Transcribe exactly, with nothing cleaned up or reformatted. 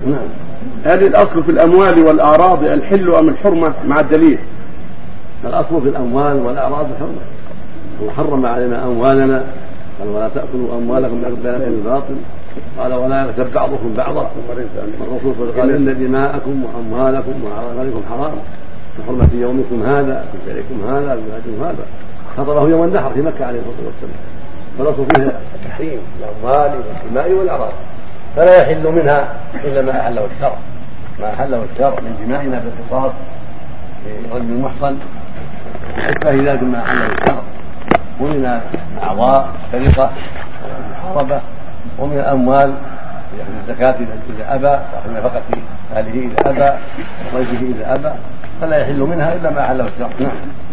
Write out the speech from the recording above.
نعم. هل الأصل في الأموال والأعراض الحل أم الحرمة مع الدليل؟ الأصل في الأموال والأعراض الحرمة. الله حرم علينا أموالنا، قال ولا تأكلوا أموالكم بينكم بالباطل، قال ولا يغتب بعضكم بعضا. الرسول قال إن دماءكم وأموالكم وأعراضكم حرام كحرمة يومكم هذا في شهركم هذا بلادكم هذا. خطبه يوم النحر في مكة عليه الصلاة والسلام. فالأصل فيها تحريم الأموال والدماء والأعراض، فلا يحل منها إلا ما أحله الشرع، ما أحله الشرع من دمائنا بالقصاص لرجل محصن حتى ذلك ما أحله الشرع، ومن الأعضاء السرقة والمحاربة، ومن الأموال يعني الزكاة إذا أبى، ومن نفقة أهله إذا أبى، وضيفه إذا أبى، فلا يحل منها إلا ما أحله الشرع. نعم.